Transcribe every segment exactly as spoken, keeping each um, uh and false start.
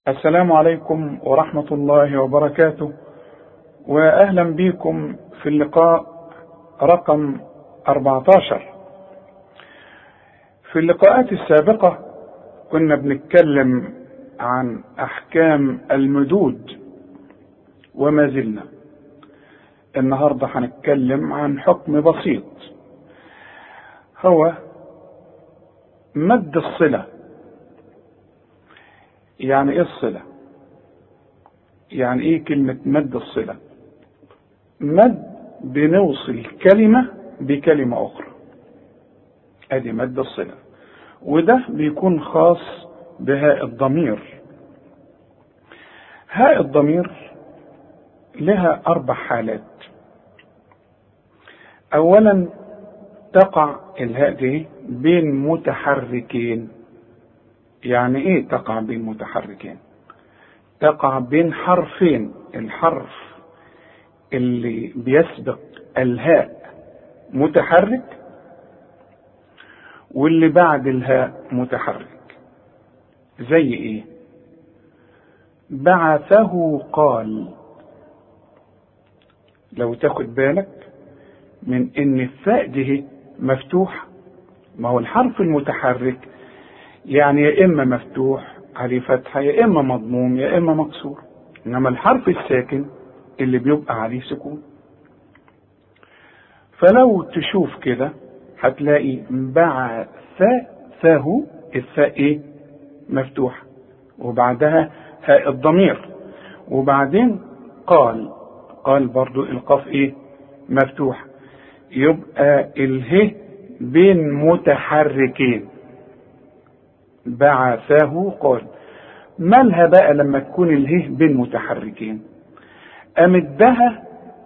السلام عليكم ورحمة الله وبركاته، وأهلا بكم في اللقاء رقم أربعة عشر. في اللقاءات السابقة كنا بنتكلم عن أحكام المدود وما زلنا. النهاردة هنتكلم عن حكم بسيط، هو مد الصلة. يعني ايه الصلة؟ يعني ايه كلمة مد الصلة؟ مد بنوصل كلمة بكلمة اخرى، ادي مد الصلة، وده بيكون خاص بهاء الضمير. هاء الضمير لها اربع حالات. اولا تقع الهاء دي بين متحركين. يعني ايه تقع بين متحركين؟ تقع بين حرفين، الحرف اللي بيسبق الهاء متحرك واللي بعد الهاء متحرك. زي ايه؟ بعثه قال. لو تاخد بالك من ان الفاء دي مفتوح، ما هو الحرف المتحرك يعني يا اما مفتوح عليه فتحة يا اما مضموم يا اما مكسور، انما الحرف الساكن اللي بيبقى عليه سكون. فلو تشوف كده هتلاقي بعثه الفاء ايه؟ مفتوح، وبعدها هاء الضمير، وبعدين قال قال برضو القاف ايه؟ مفتوح. يبقى اله بين متحركين، بعثه قال. مالها بقى لما تكون اله بين متحركين؟ امدها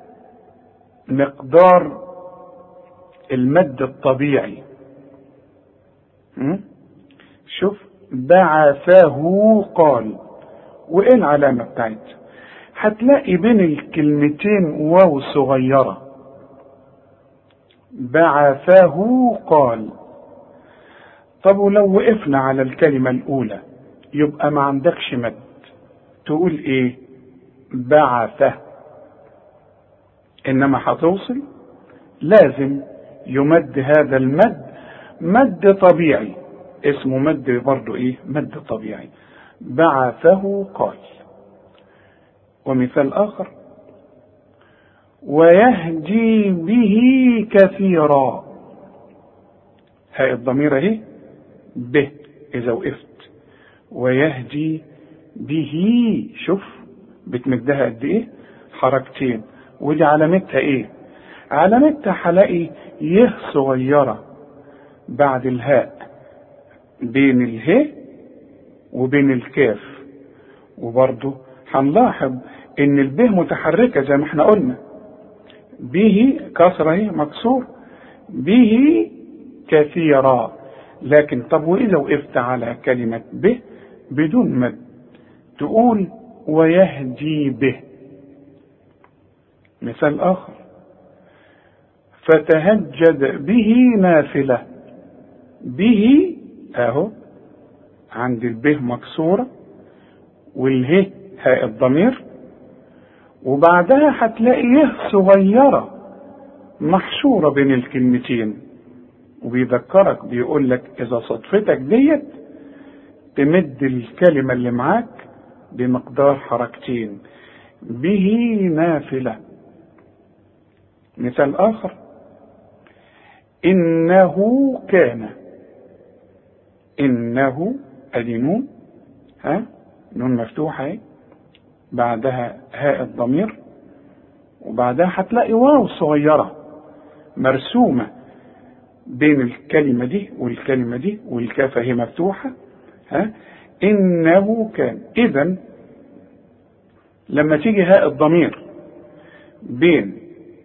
مقدار المد الطبيعي. شوف، بعثه قال، وايه العلامة بتاعتها؟ هتلاقي بين الكلمتين واو صغيرة. بعثه قال. طب ولو وقفنا على الكلمة الأولى يبقى ما عندكش مد، تقول إيه؟ بعثه. إنما هتوصل لازم يمد هذا المد مد طبيعي، اسمه مد برضو إيه؟ مد طبيعي. بعثه قال. ومثال آخر، ويهدي به كثيرا. هاء الضمير اهي به اذا وقفت، ويهدي به. شوف بتمدها قد ايه؟ حركتين. ودي علامتها ايه؟ علامتها هلاقي يه صغيرة بعد الهاء بين اله وبين الكاف. وبرضو هنلاحظ ان البه متحركة زي ما احنا قلنا، به كسرة اهي مكسور، به كثيرا. لكن طب واذا وقفت على كلمة به بدون مد تقول ويهدي به. مثال اخر، فتهجد به نافلة. به اهو عند البه مكسورة والهي هاء الضمير، وبعدها هتلاقي يه صغيرة محشورة بين الكلمتين، وبيذكرك بيقول لك اذا صدفتك ديت تمد الكلمة اللي معاك بمقدار حركتين. به نافلة. مثال اخر، انه كان. انه ادي نون، ها نون مفتوحة اهي، بعدها هاء الضمير، وبعدها هتلاقي واو صغيرة مرسومة بين الكلمة دي والكلمة دي، والكافة هي مفتوحة. ها إنه كان. إذن لما تيجي هاء الضمير بين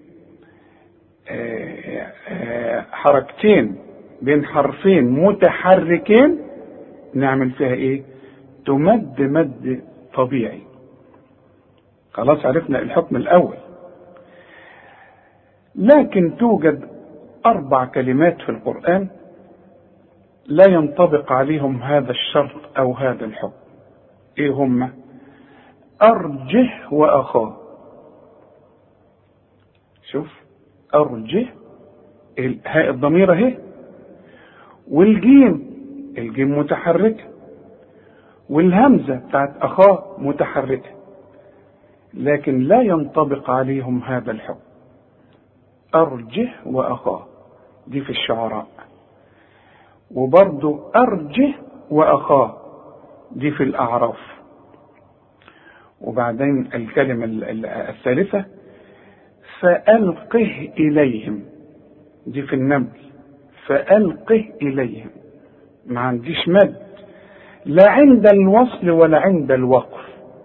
آآ آآ حركتين، بين حرفين متحركين، نعمل فيها ايه؟ تمد مد طبيعي. خلاص عرفنا الحكم الأول. لكن توجد أربع كلمات في القرآن لا ينطبق عليهم هذا الشرط أو هذا الحكم. ايه هم؟ ارجه واخاه. شوف، ارجه الهاء الضمير اهي، والجيم الجيم متحركه، والهمزه بتاعت اخاه متحركه، لكن لا ينطبق عليهم هذا الحكم. ارجه واخاه دي في الشعراء، وبرضو ارجه واخاه دي في الاعراف. وبعدين الكلمه الثالثه فألقه إليهم دي في النمل، فألقه إليهم، ما عنديش مد لا عند الوصل ولا عند الوقف.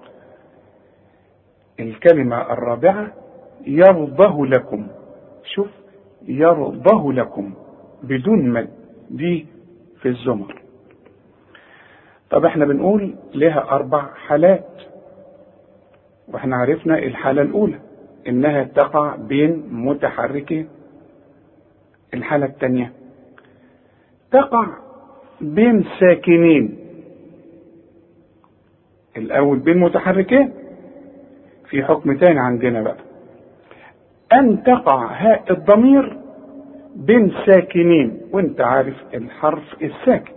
الكلمة الرابعة يرضه لكم، شوف يرضه لكم بدون مد دي في الزمر. طب احنا بنقول لها أربع حالات، واحنا عرفنا الحالة الأولى إنها تقع بين متحركين. الحالة الثانية تقع بين ساكنين. الأول بين متحركين، في حكم تاني عندنا بقى أن تقع هاء الضمير بين ساكنين، وانت عارف الحرف الساكن.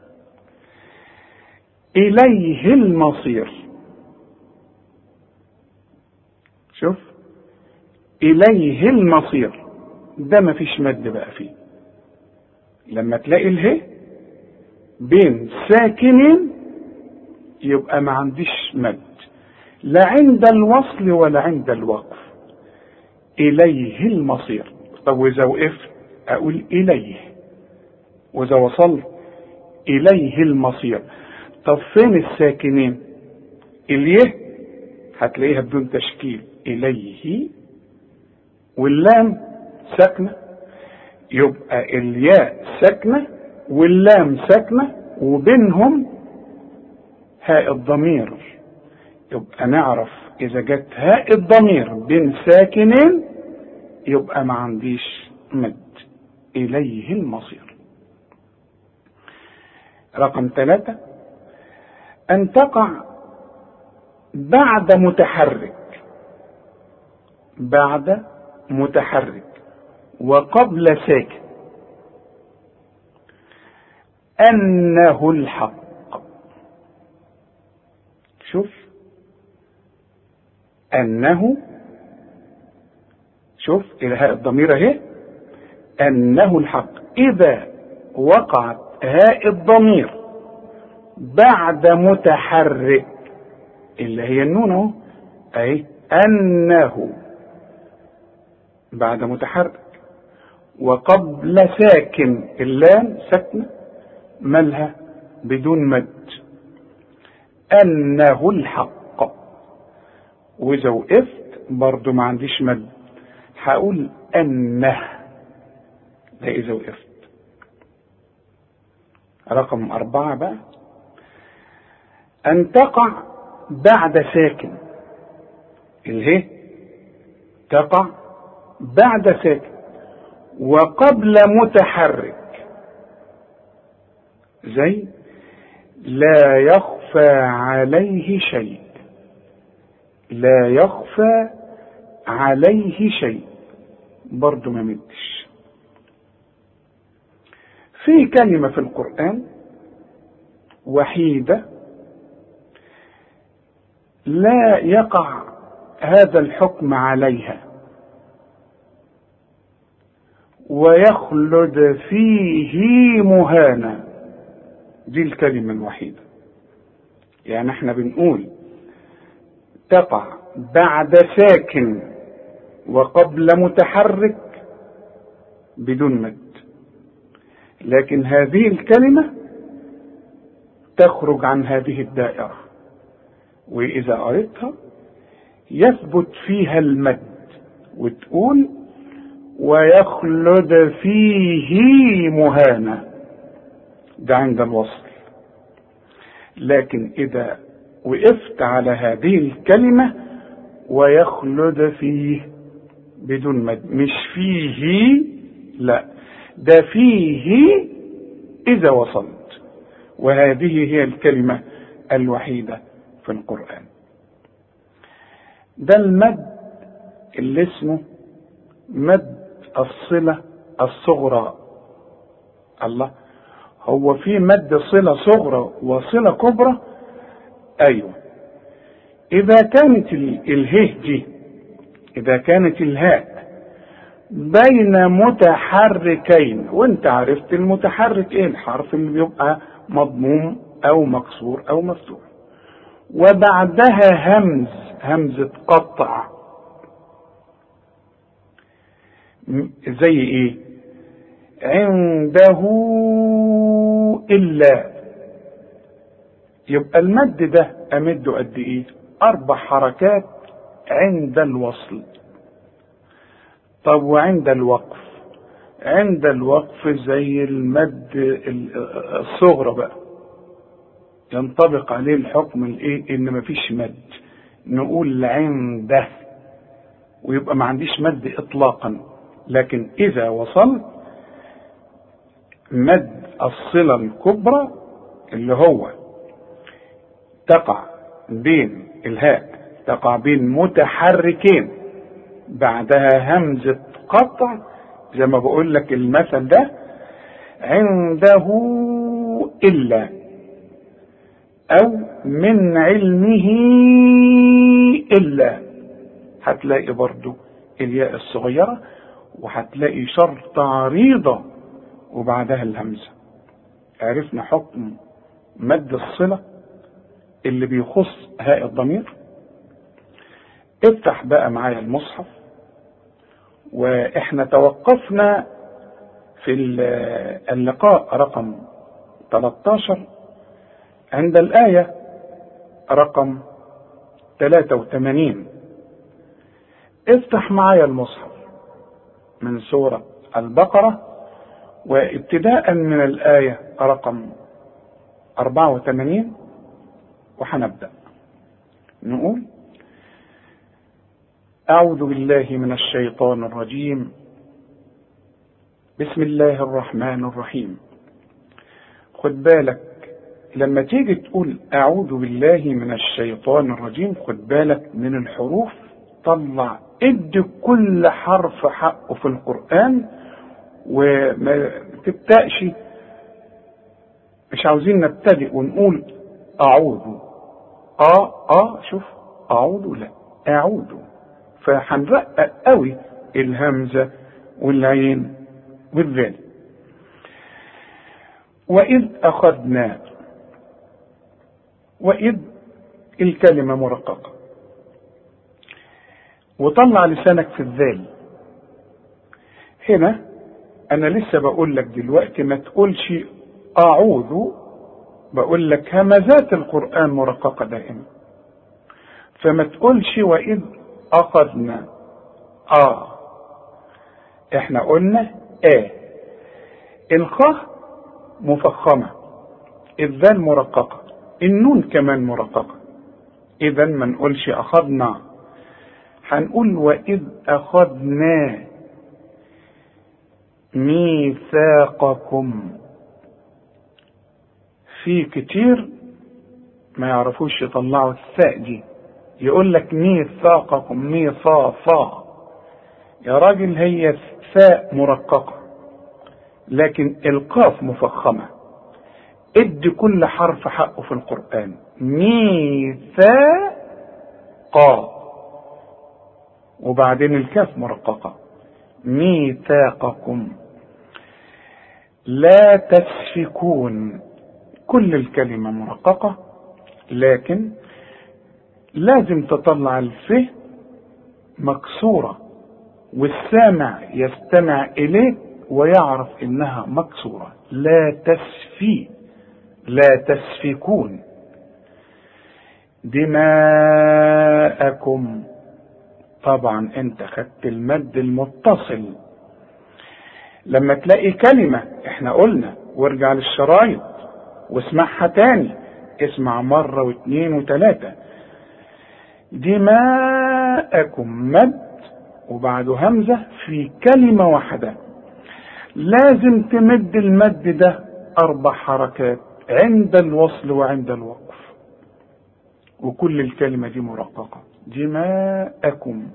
إليه المصير، شوف إليه المصير ده مفيش مد بقى فيه. لما تلاقي اله بين ساكنين يبقى ما عنديش مد لا عند الوصل ولا عند الوقف. إليه المصير. طب وإذا وقفت أقول إليه، وإذا وصلت إليه المصير. طب فين الساكنين؟ إليه هتلاقيها بدون تشكيل، إليه، واللام ساكنة، يبقى الياء ساكنة واللام ساكنة وبينهم هاء الضمير. يبقى نعرف إذا جت هاء الضمير بين ساكنين يبقى ما عنديش مد. إليه المصير. رقم ثلاثة أن تقع بعد متحرك، بعد متحرك وقبل ساكن. أنه الحق، شوف أنه، شوف الهاء الضمير اهي، أنه الحق. إذا وقعت هاء الضمير بعد متحرك اللي هي النون اهو اهي، أنه بعد متحرك وقبل ساكن، اللام ساكنة مالها بدون مد، أنه الحق. وإذا وقفت برضو ما عنديش مد، هقول أنه، ده إذا وقفت. رقم أربعة بقى أن تقع بعد ساكن، الهي تقع بعد ساكن وقبل متحرك، زي لا يخفى عليه شيء، لا يخفى عليه شيء برضو ما مدش. في كلمة في القرآن وحيدة لا يقع هذا الحكم عليها ويخلد فيه مهانا، دي الكلمة الوحيدة. يعني احنا بنقول تقع بعد ساكن وقبل متحرك بدون مد، لكن هذه الكلمة تخرج عن هذه الدائرة، وإذا قريتها يثبت فيها المد وتقول ويخلد فيه مهانا، ده عند الوصل. لكن إذا وقفت على هذه الكلمة ويخلد فيه بدون مد، مش فيه، لا ده فيه إذا وصلت، وهذه هي الكلمة الوحيدة في القرآن. ده المد اللي اسمه مد الصلة الصغرى. الله، هو في مد صلة صغرى وصلة كبرى؟ ايوه. اذا كانت اله دي اذا كانت الهاء بين متحركين، وانت عرفت المتحرك ايه؟ الحرف اللي بيبقى مضموم او مكسور او مفتوح، وبعدها همز همزة قطع، زي ايه؟ عنده إلا. يبقى المد ده امده قد ايه؟ اربع حركات عند الوصل. طب وعند الوقف؟ عند الوقف زي المد الصغرى بقى، ينطبق عليه الحكم الايه؟ ان مفيش مد، نقول عنده ويبقى ما عنديش مد اطلاقا. لكن اذا وصل مد الصلة الكبرى اللي هو تقع بين الهاء تقع بين متحركين، بعدها همزة قطع، زي ما بقول لك المثل ده، عنده إلا، أو من علمه إلا. هتلاقي برضو الياء الصغيرة، وهتلاقي شرط عريضة وبعدها الهمزة. عرفنا حكم مد الصلة اللي بيخص هاء الضمير. افتح بقى معايا المصحف، واحنا توقفنا في اللقاء رقم ثلاثة عشر عند الآية رقم ثلاثة وثمانين. افتح معايا المصحف من سورة البقرة، وابتداء من الآية رقم أربعة وثمانين، وحنبدأ نقول: أعوذ بالله من الشيطان الرجيم، بسم الله الرحمن الرحيم. خد بالك لما تيجي تقول أعوذ بالله من الشيطان الرجيم، خد بالك من الحروف، طلع ادي كل حرف حقه في القرآن، وما تبتأش. مش عاوزين نبتدئ ونقول أعوذ آه آه شوف أعوذ، لا أعوذ. فهنرقق قوي الهمزة والعين والذال. وإذ أخذنا، وإذ الكلمة مرققة، وطلع لسانك في الذال. هنا أنا لسه بقول لك دلوقتي ما تقولش أعوذ، بقول لك همزات القرآن مرققة دائما، فما تقولش وإذ أخذنا آه. احنا قلنا آه. الخاء مفخمة، الذال مرققة، النون كمان مرققة. إذا ما نقولش أخذنا، هنقول وإذ أخذنا ميثاقكم. في كتير ما يعرفوش يطلعوا الثاء دي، يقول لك ميثاقكم ميثاقا. يا راجل هي ثاء مرققة، لكن القاف مفخمة. ادي كل حرف حقه في القرآن. ميثاقا، وبعدين الكاف مرققة. ميثاقكم لا تسفكون، كل الكلمة مرققة، لكن لازم تطلع الف مكسورة، والسامع يستمع إليك ويعرف إنها مكسورة. لا تسفي، لا تسفكون. دماءكم، طبعا انت خدت المد المتصل. لما تلاقي كلمة، احنا قلنا وارجع للشرايط واسمعها تاني، اسمع مرة واثنين وثلاثة. دماءكم مد وبعده همزة في كلمة واحدة، لازم تمد المد ده أربع حركات عند الوصل وعند الوقف. وكل الكلمة دي مرققة، دماءكم.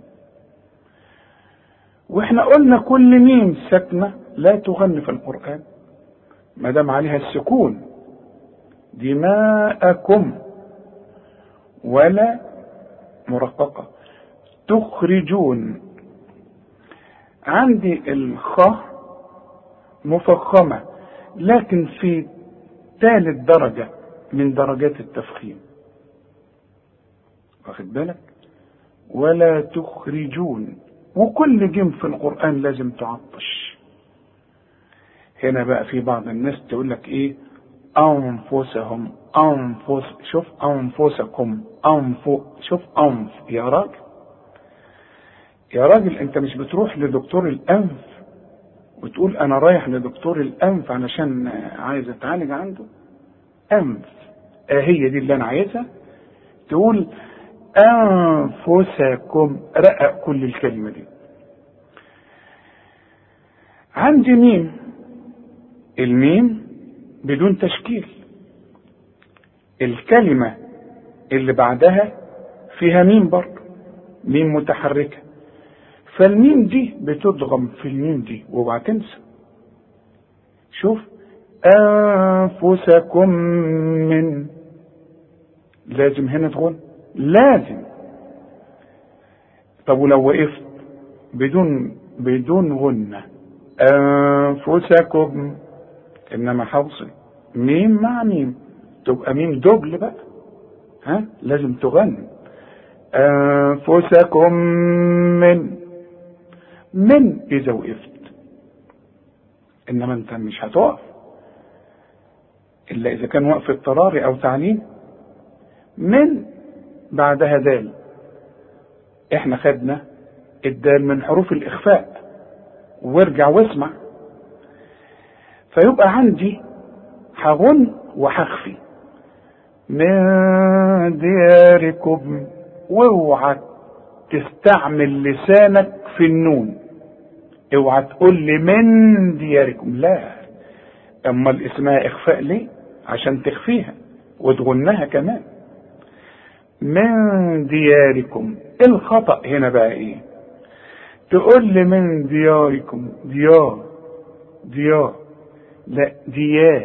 واحنا قلنا كل ميم ساكنة لا تغني في القرآن ما دام عليها السكون، دماءكم، ولا مرققة. تخرجون، عندي الخاء مفخمة لكن في ثالث درجة من درجات التفخيم، واخد بالك؟ ولا تخرجون، وكل جيم في القرآن لازم تعطش. هنا بقى في بعض الناس تقول لك ايه؟ انفسهم، انفس، شوف انفسكم، انف، شوف انف. يا راجل يا راجل انت مش بتروح لدكتور الانف وتقول انا رايح لدكتور الانف علشان عايز اتعالج عنده؟ انف، اه هي دي اللي انا عايزها. تقول انفسكم، رقق كل الكلمة دي. عندي ميم، الميم بدون تشكيل، الكلمة اللي بعدها فيها ميم برضه، ميم متحركة، فالميم دي بتضغم في الميم دي واوعى تنسى. شوف انفسكم من، لازم هنا تغن، لازم. طب ولو وقفت بدون بدون غنة، انفسكم، انما حوصل ميم مع ميم تبقى ميم دبل بقى، ها لازم تغني انفسكم من، من اذا وقفت، انما انت مش هتقف الا اذا كان وقف اضطراري او تعليم. من بعدها دال، احنا خدنا الدال من حروف الاخفاء، وارجع واسمع. فيبقى عندي هغن وهخفي من دياركم، واوعى تستعمل لسانك في النون، اوعى تقول لي من دياركم، لا. اما اسمها اخفاء ليه؟ عشان تخفيها وتغنها كمان. من دياركم، الخطأ هنا بقى ايه؟ تقول لي من دياركم، ديار ديار، لا ديا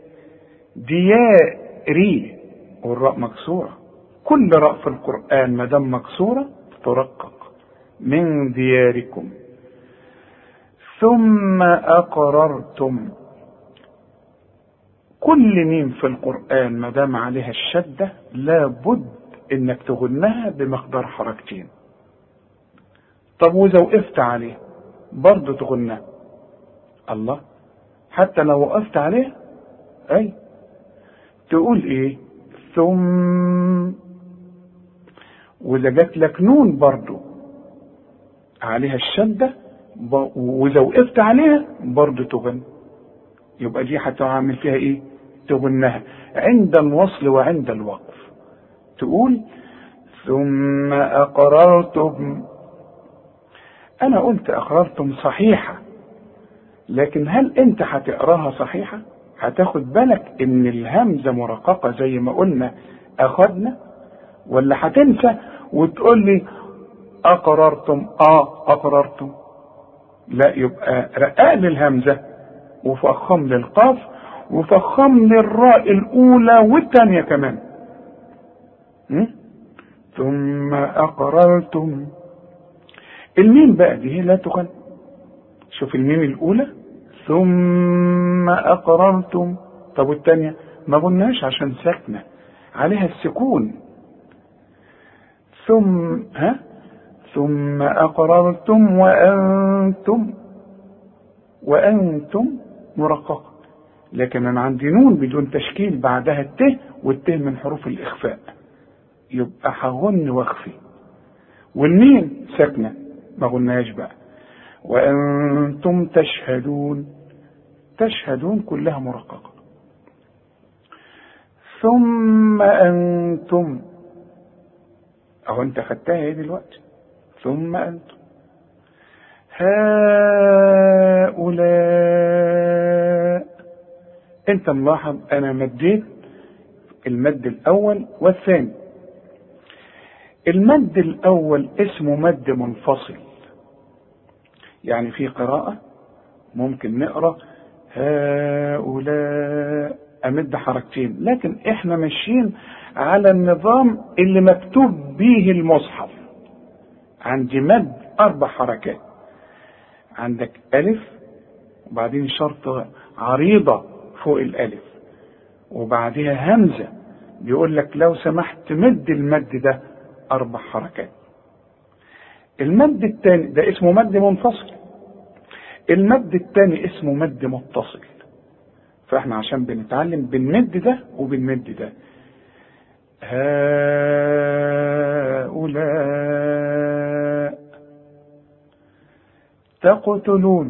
دياري، والراء مكسورة. كل راء في القرآن ما دام مكسورة ترقق. من دياركم ثم أقررتم، كل ميم في القرآن ما دام عليها الشدة لابد انك تغنها بمقدار حركتين. طب واذا وقفت عليه برضه تغنها. الله، حتى لو وقفت عليه اي تقول ايه؟ ثم، واذا جات لك نون برضه عليها الشدة واذا وقفت عليها برضه تغن، يبقى دي هتعمل فيها ايه؟ تغنها عند الوصل وعند الوقف. تقول ثم أقررتم، أنا قلت أقررتم صحيحة، لكن هل أنت هتقراها صحيحة؟ هتاخد بالك إن الهمزة مرققة زي ما قلنا أخدنا، ولا هتنسى وتقول لي أقررتم آه أقررتم؟ لا، يبقى رقق لي الهمزة وفخم لي القاف وفخم لي الراء الأولى والثانية كمان. م? ثم أقررتم، الميم بقى دي لا تغن. شوف الميم الأولى ثم أقررتم، طب والثانية ما قلناش عشان ساكنة عليها السكون. ثم ها ثم أقررتم وأنتم، وأنتم مرققة، لكن أنا عندي نون بدون تشكيل بعدها الت، والت من حروف الإخفاء، يبقى هغن واخفي. والميم ساكنة ما قلناش بقى. وأنتم تشهدون، تشهدون كلها مرققة. ثم أنتم، أهو أنت خدتها ايه دلوقتي؟ ثم أنتم هؤلاء، أنت ملاحظ أنا مديت المد الأول والثاني، المد الاول اسمه مد منفصل، يعني في قراءة ممكن نقرأ هؤلاء امد حركتين، لكن احنا ماشيين على النظام اللي مكتوب به المصحف. عندي مد اربع حركات، عندك الف وبعدين شرطة عريضة فوق الالف وبعدها همزة، بيقول لك لو سمحت مد المد ده اربع حركات. المد الثاني ده اسمه مد منفصل، المد الثاني اسمه مد متصل. فاحنا عشان بنتعلم بنمد ده وبنمد ده. هؤلاء تقتلون،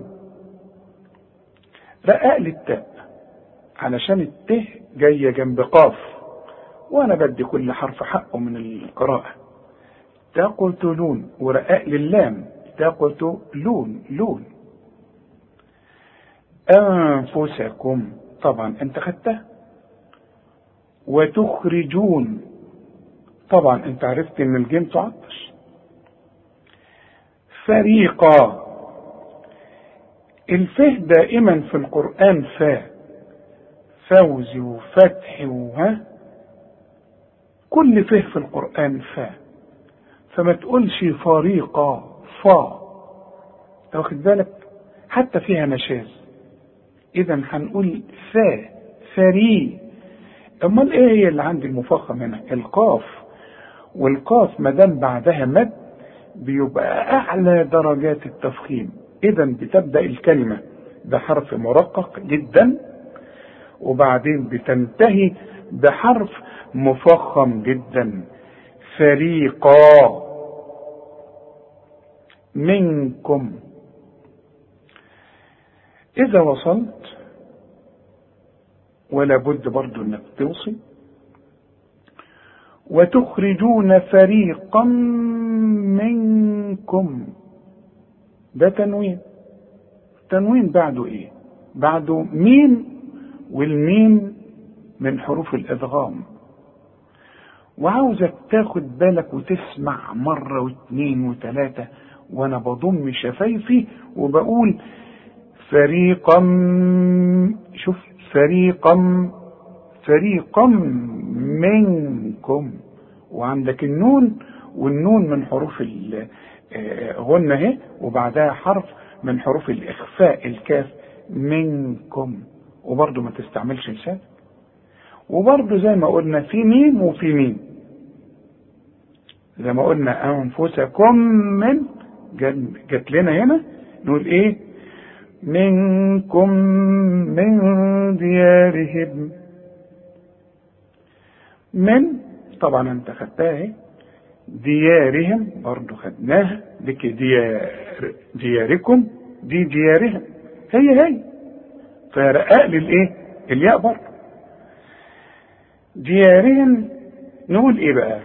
رقاق للتاء علشان الته جاية جنب قاف، وانا بدي كل حرف حقه من القراءة. تقتلون، ورقاق لللام تقتلون لون. أنفسكم طبعا انت خدتها. وتخرجون طبعا انت عرفت ان الجيم تعطش. فريقا، الفه دائما في القرآن فا، فوز وفتح وها، كل فه في القرآن فا، فما تقولش فريقا فا، واخد بالك؟ حتى فيها مشاز. اذا هنقول فا فري. امال ايه هي اللي عندي المفخم هنا؟ القاف، والقاف ما دام بعدها مد بيبقى اعلى درجات التفخيم. اذا بتبدا الكلمه بحرف مرقق جدا وبعدين بتنتهي بحرف مفخم جدا. فريقا منكم. اذا وصلت ولا بد برضو انك توصي. وتخرجون فريقا منكم، ده تنوين. تنوين بعده ايه؟ بعده ميم، والميم من حروف الادغام. وعاوزك تاخد بالك وتسمع مرة واثنين وثلاثة وانا بضم شفايفي وبقول فريقا. شوف، فريقا فريقا منكم، وعندك النون، والنون من حروف الغنة اهي، وبعدها حرف من حروف الاخفاء الكاف منكم، وبرضه ما تستعملش لسان. وبرضه زي ما قلنا في ميم وفي ميم، زي ما قلنا انفسكم من جت لنا هنا نقول ايه؟ منكم من ديارهم. من طبعا انت خدتها اهي، ديارهم برضو خدناها، لك ديار دياركم، دي ديارهم، هي هي فرقاق للايه؟ الياء برضو. ديارهم نقول ايه بقى؟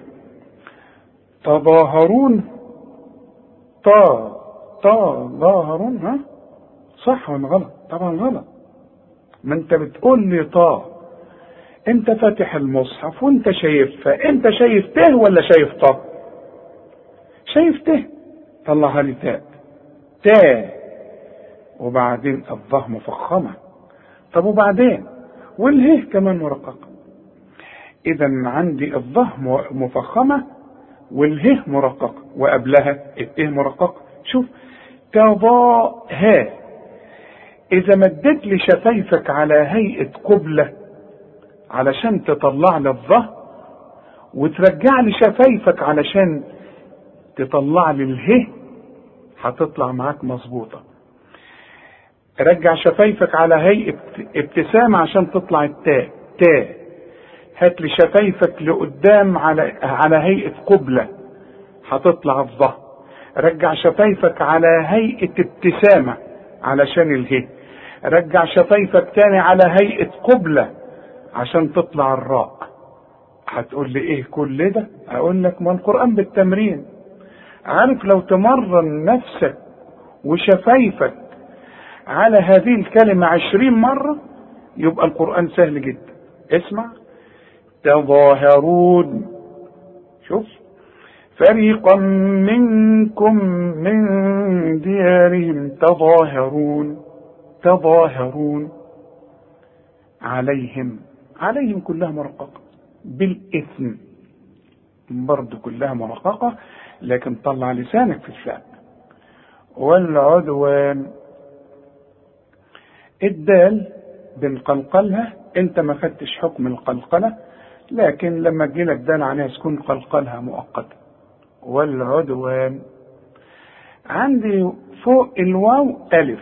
تظاهرون. طا طا ظاهرون، ها صح ولا غلط؟ طبعا غلط. ما انت بتقول لي طا، انت فاتح المصحف وانت شايفها، انت شايف ته ولا شايف طا؟ شايف ته، طلعها لي تاء تا، وبعدين الظه مفخمه. طب وبعدين والهه كمان مرققه. اذا عندي الظه مفخمه والهه مرققه وقبلها الته مرققه. شوف تضاها، اذا مدت لي شفايفك على هيئه قبله علشان تطلع لي الظه، وترجع لي شفايفك علشان تطلع لي اله، هتطلع معاك مظبوطه. رجع شفايفك على هيئه ابتسامه عشان تطلع التاء تا. هات لي شفايفك لقدام على على هيئه قبله، هتطلع الظه. رجع شفايفك على هيئه ابتسامه علشان اله. رجع شفايفك تاني على هيئه قبله عشان تطلع الراء. هتقول لي ايه كل ده؟ اقول لك ما القرآن بالتمرين. عارف لو تمرن نفسك وشفايفك على هذه الكلمة عشرين مرة يبقى القرآن سهل جدا. اسمع، تظاهرون. شوف، فريقا منكم من ديارهم تظاهرون تظاهرون عليهم عليهم كلها مرققة بالإثم برضو كلها مرققة، لكن طلع لسانك في الفاء. والعدوان الدال بنقلقلها، انت ما خدتش حكم القلقلة، لكن لما تجيلك دال عليها سكون قلقلها مؤقتا. والعدوان عندي فوق الواو ألف،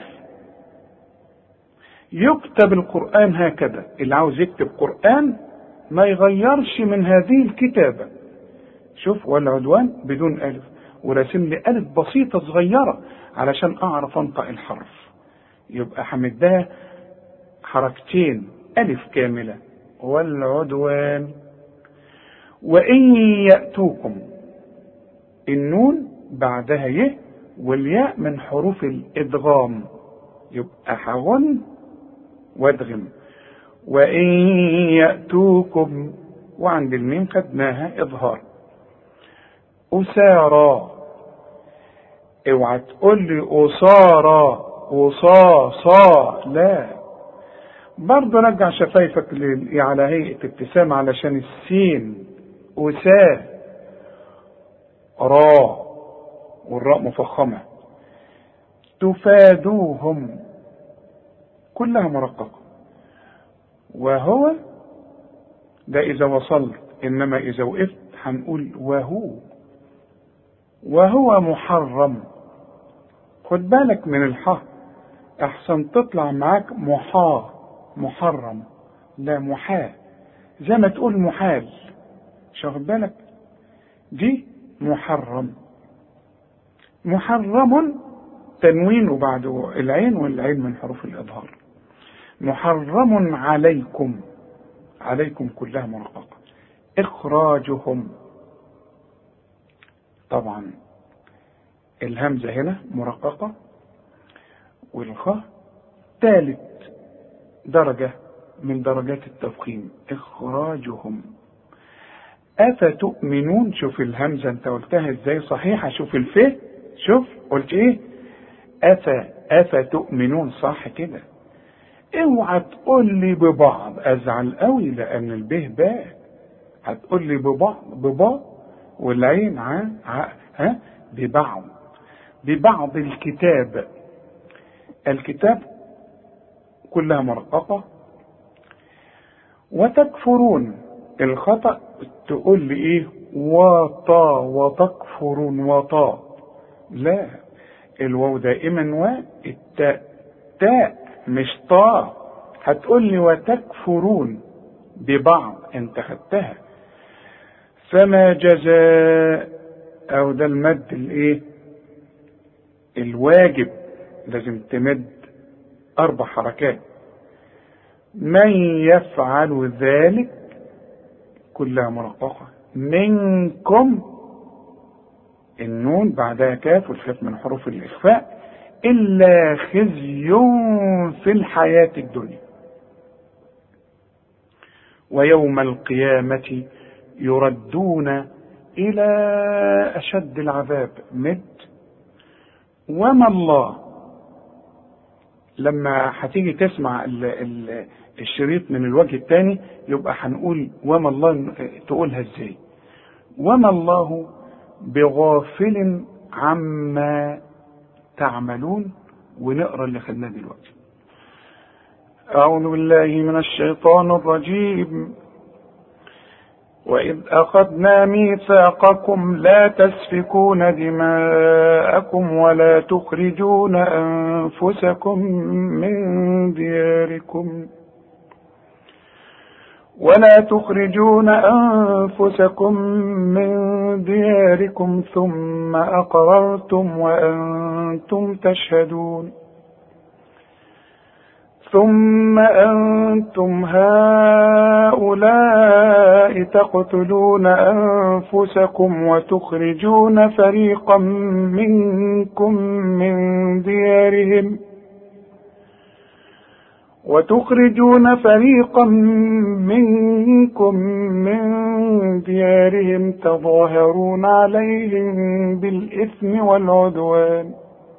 يكتب القرآن هكذا، اللي عاوز يكتب قرآن ما يغيرش من هذه الكتابة. شوف والعدوان بدون ألف، ورسم لي ألف بسيطة صغيرة علشان أعرف أنطق الحرف، يبقى حمدها حركتين ألف كاملة. والعدوان وإن يأتوكم، النون بعدها ي والياء من حروف الإدغام، يبقى حغن وادغم. وإن يأتوكم، وعند الميم خدناها إظهار. أسارى، اوعى تقول لي أسارى وصاصا، لا، برضه رجع شفايفك على هيئة ابتسام علشان السين. أسا را والراء مفخمة. تفادوهم كلها مرققة. وهو ده إذا وصلت، إنما إذا وقفت هنقول وهو. وهو محرم، خد بالك من الحاء أحسن تطلع معاك محا محرم، لا محا، زي ما تقول محال، مش واخد بالك؟ دي محرم. محرم تنوين وبعد العين، والعين من حروف الإظهار. محرم عليكم، عليكم كلها مرققة. إخراجهم، طبعا الهمزة هنا مرققة، والخاء ثالث درجة من درجات التفخيم. إخراجهم. أفتؤمنون، شوف الهمزة انت قلتها ازاي صحيحة، شوف الف، شوف قلت ايه، أفا أفتؤمنون، صح كده. اوعى تقول لي ببعض، ازعل قوي لان البه باء، هتقول لي ببعض ببعض والعين ع ع ها ببعض ببعض الكتاب. الكتاب كلها مرققة. وتكفرون، الخطأ تقول لي ايه وطا وتكفرون وطا، لا، الواو دائما والتاء تاء مش طا، هتقول لي وتكفرون ببعض، انت خدتها. فما جزاء، او ده المد الايه الواجب، لازم تمد اربع حركات. من يفعل ذلك كلها مرققة. منكم، النون بعدها كاف، والكاف من حروف الإخفاء. إلا خزي في الحياة الدنيا، ويوم القيامة يردون إلى أشد العذاب. مد. وما الله، لما هتيجي تسمع ال ال الشريط من الوجه الثاني يبقى هنقول وما الله تقولها ازاي. وما الله بغافل عما تعملون. ونقرا اللي خدناه دلوقتي. أعوذ بالله من الشيطان الرجيم. وإذ أخذنا ميثاقكم لا تسفكون دماءكم ولا تخرجون أنفسكم من دياركم ولا تخرجون أنفسكم من دياركم ثم أقررتم وأنتم تشهدون ثم أنتم هؤلاء تقتلون أنفسكم وتخرجون فريقا منكم من ديارهم وتخرجون فريقا منكم من ديارهم تظاهرون عليهم بالإثم والعدوان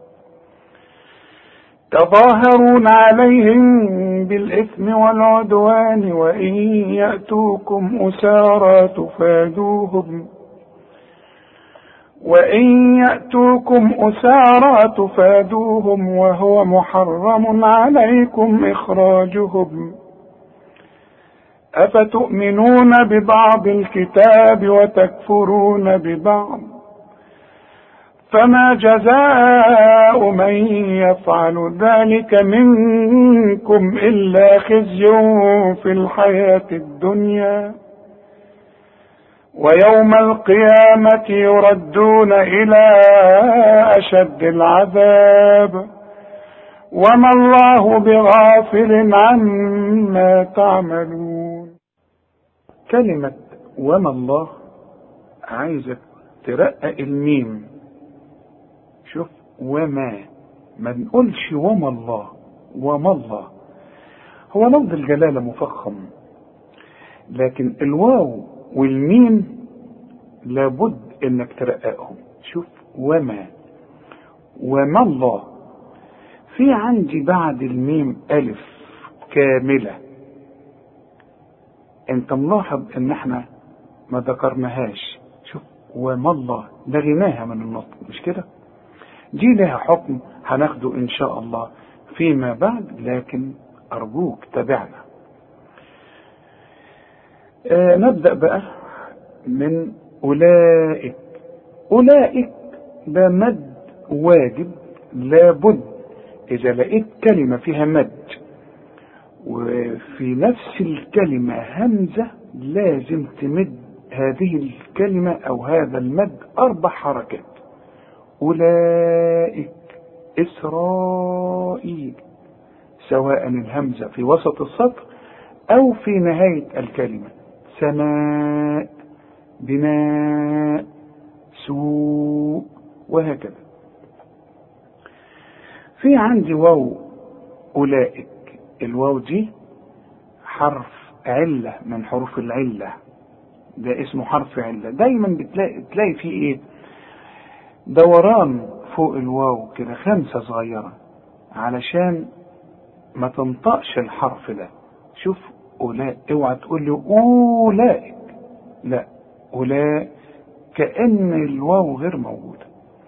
تظاهرون عليهم بالإثم والعدوان وإن يأتوكم أسارى تفادوهم وإن يأتوكم أسارى تفادوهم وهو محرم عليكم إخراجهم أفتؤمنون ببعض الكتاب وتكفرون ببعض فما جزاء من يفعل ذلك منكم إلا خزي في الحياة الدنيا ويوم القيامة يردون إلى أشد العذاب وما الله بغافل عما تعملون. كلمة وما الله عايزة ترقق الميم. شوف وما، ما نقولش وما الله، وما الله هو لفظ الجلالة مفخم، لكن الواو والميم لابد انك ترققهم. شوف وما وما الله، في عندي بعد الميم ألف كاملة، انت ملاحظ ان احنا ما ذكرناهاش. شوف وما الله لغيناها من النطق، مش كده؟ دي لها حكم هناخده ان شاء الله فيما بعد، لكن ارجوك تابعنا. آه نبدأ بقى من أولئك. أولئك ده مد واجب لابد، إذا لقيت كلمة فيها مد وفي نفس الكلمة همزة لازم تمد هذه الكلمة أو هذا المد أربع حركات. أولئك إسرائيل، سواء الهمزة في وسط السطر أو في نهاية الكلمة. سماء، بناء، سوء، وهكذا. في عندي واو أولئك، الواو دي حرف علة من حروف العلة، ده اسمه حرف علة. دايما بتلاقي تلاقي فيه ايه؟ دوران فوق الواو كده، خمسة صغيرة علشان ما تنطقش الحرف ده. شوف أولئك، اوعى تقول لي أولئك، لا، أولئك كأن الواو غير موجودة.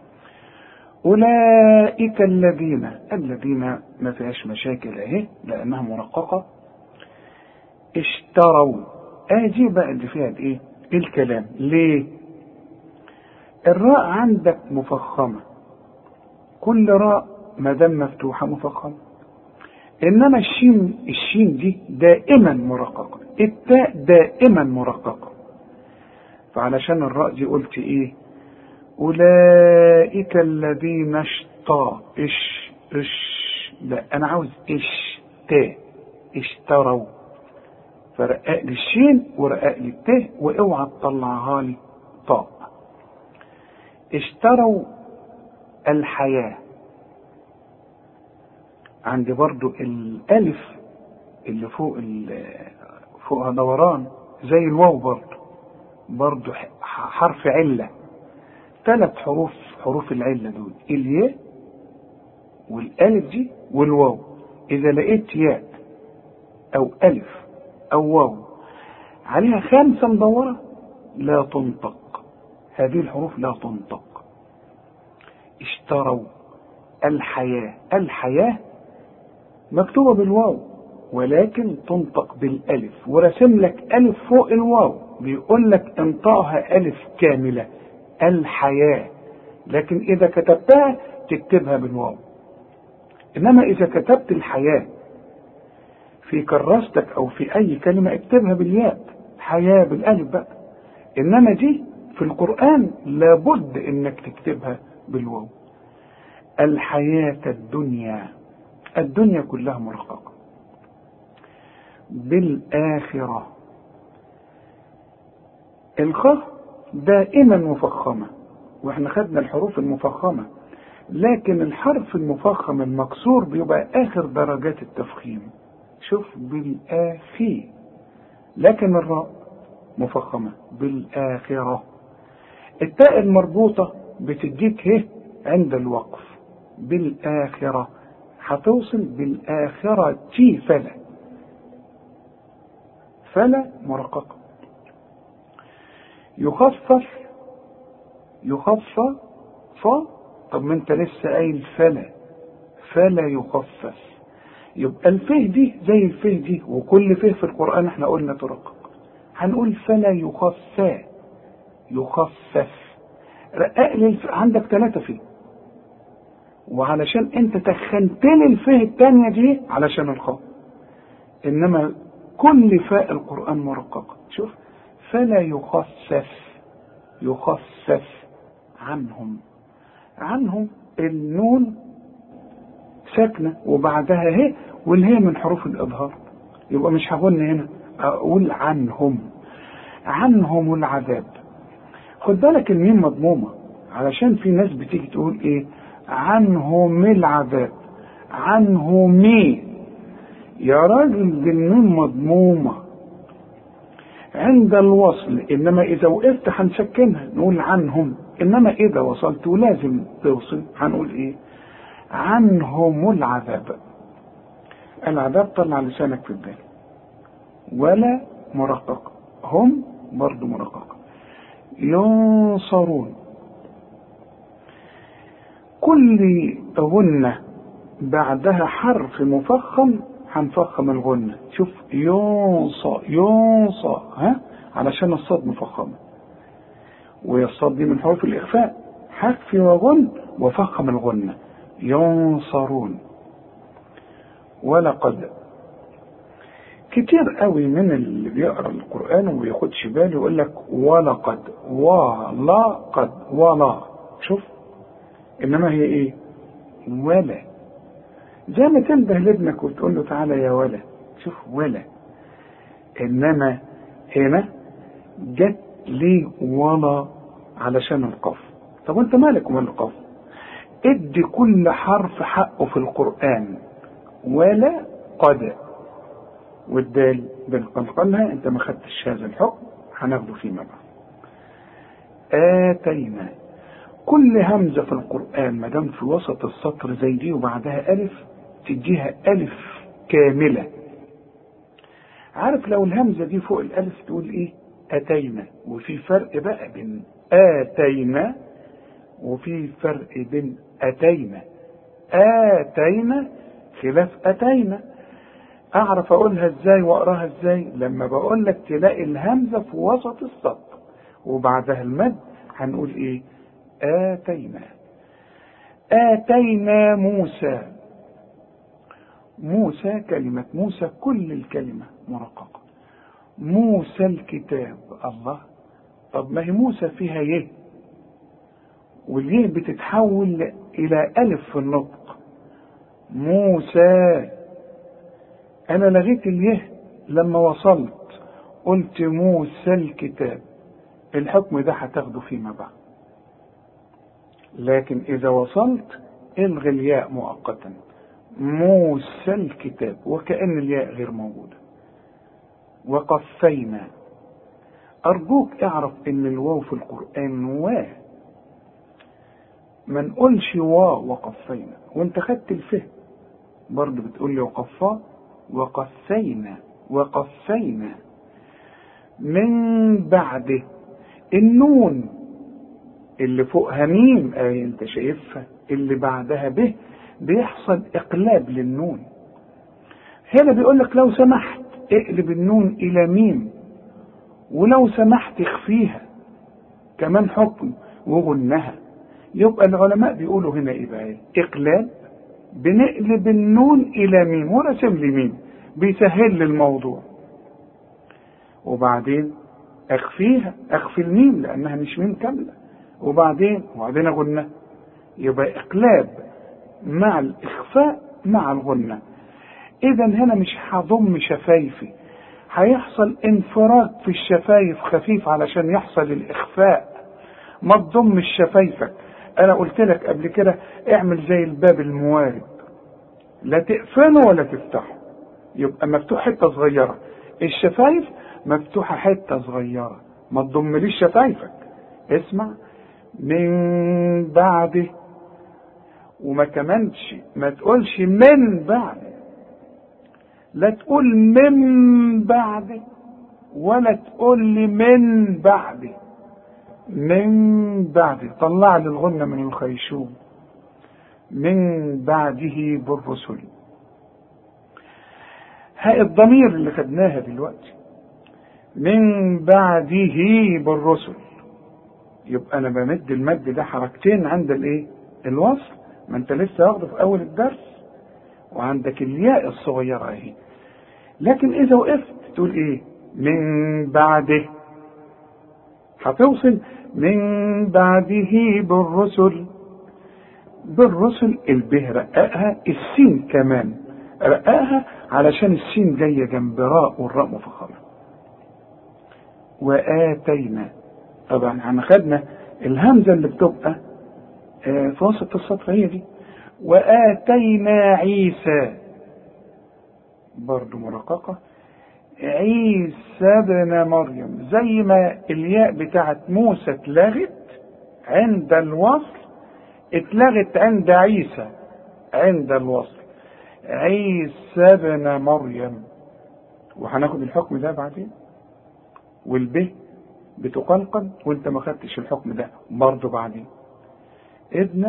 أولئك الذين، الذين ما فيهاش مشاكل اهي لأنها مرققة. اشتروا، اجي بقى اللي فيها ايه الكلام. ليه؟ الراء عندك مفخمة، كل راء ما دام مفتوحة مفخمة، انما الشين الشين دي دائما مرققة، التاء دائما مرققة، فعلشان الراء دي قلت ايه؟ أولئك الذين اشتا اش اش لا، انا عاوز اش تاء، اشتروا، فرقق لي الشين ورقق لي التاء، واوعى تطلعها لي طاء. اشتروا الحياة، عندي برضو الالف اللي فوق فوقها دوران زي الواو، برضو برضو حرف علة، ثلاث حروف حروف العلة دول، الياء والالف دي والواو. اذا لقيت ياء او الف او واو عليها خمسة مدورة لا تنطق، هذه الحروف لا تنطق. اشتروا الحياة، الحياة مكتوبة بالواو ولكن تنطق بالالف، ورسم لك الف فوق الواو بيقول لك انطقها الف كاملة، الحياة. لكن اذا كتبتها تكتبها بالواو، انما اذا كتبت الحياة في كراستك او في اي كلمة اكتبها بالياء، حياة بالالف بقى. انما دي في القرآن لابد انك تكتبها بالواو. الحياة الدنيا، الدنيا كلها مرققة. بالآخرة، الخاء دائما مفخمة، واحنا خدنا الحروف المفخمة، لكن الحرف المفخم المكسور بيبقى آخر درجات التفخيم. شوف بالآخي، لكن الراء مفخمة بالآخرة. التاء المربوطة بتديك ه عند الوقف بالآخرة، هتوصل بالآخرة تي فلا، فلا مرققة. يخفف يخفف ف، طب ما انت لسه قايل فلا، فلا يخفف، يبقى الفه دي زي الفه دي، وكل فه في القرآن احنا قلنا ترقق، هنقول فلا يخفف يخفف. رقق لي عندك ثلاثة فيه، وعلشان انت تخنت لي الفه الثانية دي علشان الخاء، انما كل فاء القرآن مرققة. شوف فلا يخفف يخفف عنهم، عنهم النون ساكنة وبعدها هي، والهي من حروف الإظهار، يبقى مش هغن هنا، أقول عنهم عنهم العذاب. خد بالك الميم مضمومة، علشان في ناس بتيجي تقول ايه عنهم العذاب، عنهم يا راجل، دي الميم مضمومة عند الوصل، انما اذا وقفت هنسكنها نقول عنهم، انما اذا وصلت ولازم توصل هنقول ايه عنهم العذاب. العذاب طلع لسانك في البال، ولا مرقق، هم برضو مرقق. ينصرون، كل غنة بعدها حرف مفخم هنفخم الغنة. شوف ينصى ينصى ها، علشان الصاد مفخمة، والصاد دي من حروف الإخفاء، حذف وغن وفخم الغنة. ينصرون. ولقد، كتير قوي من اللي بيقرأ القرآن وما بياخدش باله يقول لك ولقد ولقد ولا، شوف انما هي ايه ولا، زي ما تنبه لابنك وتقول له تعالى يا ولا، شوف ولا، انما هنا جت ليه ولا علشان القاف. طب وانت مالك ومال القاف؟ ادي كل حرف حقه في القرآن. ولا قد، والدال بنقلقلها، انت ما خدتش هذا الحكم، هناخده فيما بعد. آتينا، كل همزة في القرآن ما دام في وسط السطر زي دي وبعدها ألف تديها ألف كاملة. عارف لو الهمزة دي فوق الألف تقول إيه أتينا، وفي فرق بقى بين آتينا وفي فرق بين أتينا. آتينا خلاف أتينا. أعرف أقولها إزاي وأقراها إزاي؟ لما بقول لك تلاقي الهمزة في وسط السطر وبعدها المد، هنقول إيه آتينا. آتينا موسى، موسى كلمة موسى كل الكلمة مرققة. موسى الكتاب، الله، طب ما هي موسى فيها يه، واليه بتتحول إلى ألف في النطق. موسى، أنا لغيت اليه لما وصلت قلت موسى الكتاب، الحكم ده هتاخده فيما بعد. لكن إذا وصلت الغي الياء مؤقتا، موسى الكتاب، وكأن الياء غير موجودة. وقفينا، أرجوك اعرف إن الواو في القرآن وا، ما نقولش وا وقفينا، وانت خدت الفه برضه بتقول لي وقفا وقفينا وقفينا. من بعده، النون اللي فوقها ميم اي انت شايفها، اللي بعدها به بيحصل اقلاب للنون. هنا بيقول لك لو سمحت اقلب النون الى ميم، ولو سمحت اخفيها كمان حكم وغنها. يبقى العلماء بيقولوا هنا ايه بقى؟ اقلاب، بنقلب النون الى ميم ورسم لي ميم بيسهل لي الموضوع، وبعدين اخفيها، اخفي الميم لانها مش ميم كامله، وبعدين وبعدين غنة. يبقى اقلاب مع الاخفاء مع الغنة. اذا هنا مش هضم شفايفي، هيحصل انفراج في الشفايف خفيف علشان يحصل الاخفاء. ما تضمش شفايفك. انا قلت لك قبل كده اعمل زي الباب الموارد، لا تقفله ولا تفتحه، يبقى مفتوح حتة صغيرة. الشفايف مفتوحة حتة صغيرة، ما تضمليش شفايفك. اسمع، من بعده، وما كمانش ما تقولش من بعد، لا تقول من بعده ولا تقول لي من بعده. من بعده، طلع لي الغنة من الخيشوم. من بعده بالرسل. ها الضمير اللي خدناها دلوقتي، من بعده بالرسل، يبقى انا بمد المد ده حركتين عند الايه؟ الوصل. ما انت لسه واخده في اول الدرس، وعندك الياء الصغيره اهي. لكن اذا وقفت تقول ايه؟ من بعده. هتوصل من بعده بالرسل. بالرسل البه رققها، السين كمان رققها علشان السين جايه جنب راء، والراء مفخمه. وآتينا، طبعا احنا خدنا الهمزه اللي بتبقى في وسط السطر هي دي. وآتينا عيسى، برضو مرققة، عيسى ابن مريم، زي ما الياء بتاعت موسى اتلغت عند الوصل، اتلغت عند عيسى عند الوصل. عيسى ابن مريم، وهناخد الحكم ده بعدين. والب بتقلقل وانت ما خدتش الحكم ده برضو بعدين. ابن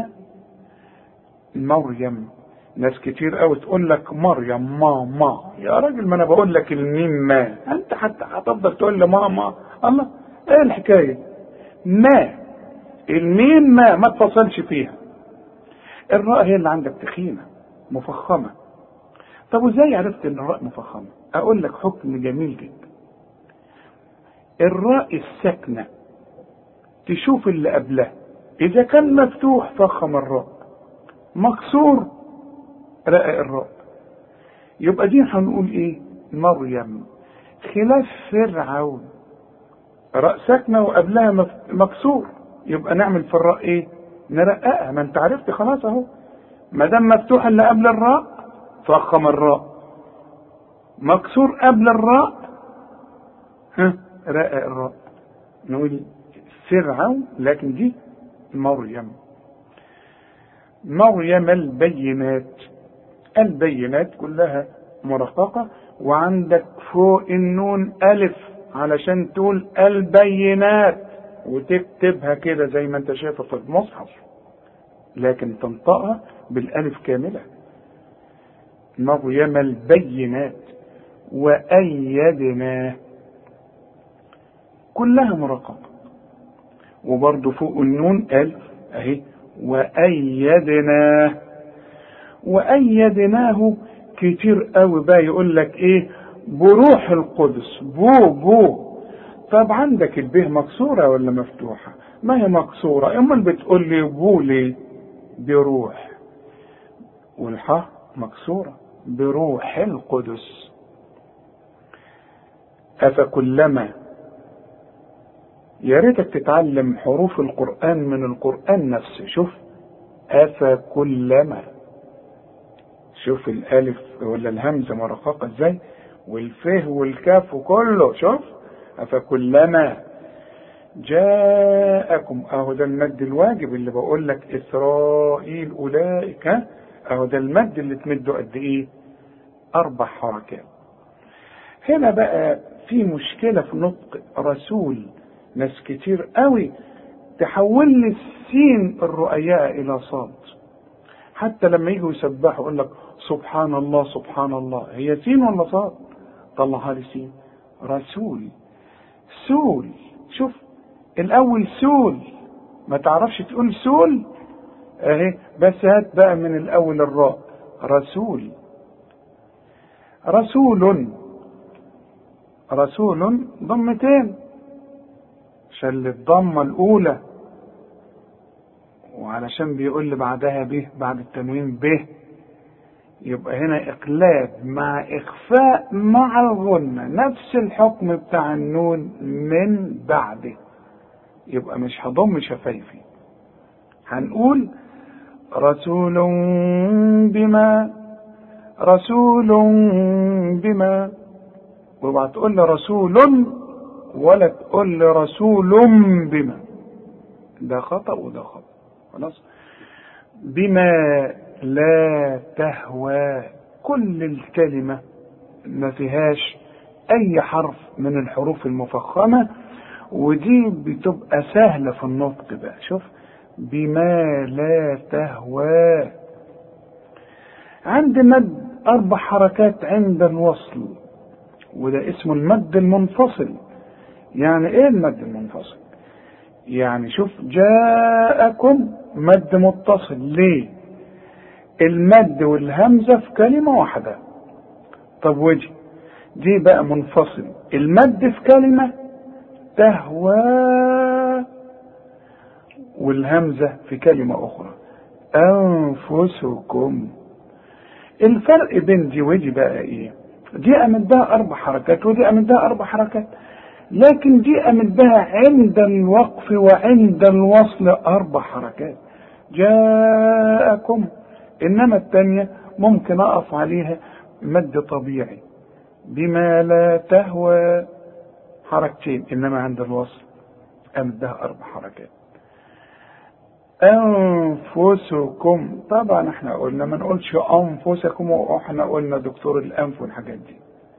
مريم، ناس كتير قوي تقول لك مريم ما ما يا راجل، ما انا بقول لك الميم ما، انت حتى هتفضل تقول لي ما ما. الله، ايه الحكايه؟ ما الميم ما ما اتصلش فيها. الراء هي اللي عندك تخينه مفخمه. طب وازاي عرفت ان الراء مفخمه؟ اقول لك حكم جميل جدا. الراء الساكنه تشوف اللي قبلها، اذا كان مفتوح فخم الراء، مكسور رقق الراء. يبقى دي هنقول ايه؟ مريم. خلاف فرعون، راء ساكنه وقبلها مكسور، يبقى نعمل في الراء ايه؟ نرققها. ما انت عرفت خلاص اهو، ما دام مفتوح اللي قبل الراء فخم الراء، مكسور قبل الراء ها رقق الراء. نقول فرعون، لكن دي مريم. مريم البينات، البينات كلها مرققة، وعندك فوق النون ألف علشان تقول البينات، وتكتبها كده زي ما انت شايفه في المصحف، لكن تنطقها بالألف كاملة. مريم البينات. وأيدناه، كلها مرققة، وبرضه فوق النون ألف أهي. وأيدناه. وأيدناه كتير قوي بقى يقول لك ايه؟ بروح القدس، بو بو. طب عندك البه مكسورة ولا مفتوحة؟ ما هي مكسورة، امال بتقول لي بو ليه؟ بروح. والحاء مكسورة، بروح القدس. أفكلما، يا ريتك تتعلم حروف القرآن من القرآن نفسه. شوف أفكلما، شوف الالف ولا الهمزه مرققه ازاي، والفه والكاف وكله. شوف افكلما جاءكم، اهو ده المد الواجب اللي بقول لك اسرائيل اولئك، اهو ده المد اللي تمده قد ايه؟ اربع حركات. هنا بقى في مشكله في نطق رسول، ناس كتير قوي تحول لي السين الرؤياء الى صاد، حتى لما يجوا يسبحوا يقول لك سبحان الله سبحان الله، هي سين ولا صاد؟ طلعها لي سين. رسول، سول. شوف الاول سول، ما تعرفش تقول سول اهي، بس هات بقى من الاول الراء. رسول. رسول، رسول ضمتين عشان الضمه الاولى، وعلشان بيقول لي بعدها به، بعد التنوين به، يبقى هنا اقلاب مع اخفاء مع الغنة، نفس الحكم بتاع النون من بعده. يبقى مش هضم شفايفي، هنقول رسول بما رسول بما، وبعد تقول لي رسول ولا تقول لي رسول بما، ده خطأ وده خطأ. خلاص. بما لا تهوى، كل الكلمة ما فيهاش اي حرف من الحروف المفخمة، ودي بتبقى سهلة في النطق بقى. شوف، بما لا تهوى. عند مد اربع حركات عند الوصل، وده اسمه المد المنفصل. يعني ايه المد المنفصل؟ يعني شوف، جاءكم مد متصل. ليه؟ المد والهمزة في كلمة واحدة. طب ودي دي بقى منفصل، المد في كلمة تهوى، والهمزة في كلمة أخرى أنفسكم. الفرق بين دي ودي بقى إيه؟ دي أمدها أربع حركات ودي أمدها أربع حركات، لكن دي أمدها عند الوقف وعند الوصل أربع حركات، جاءكم. إنما الثانية ممكن أقف عليها مد طبيعي، بما لا تهوى حركتين، إنما عند الوصل أمدها أربع حركات. أنفسكم، طبعا احنا قلنا ما نقولش أنفسكم، واحنا قلنا دكتور الأنف والحاجات دي.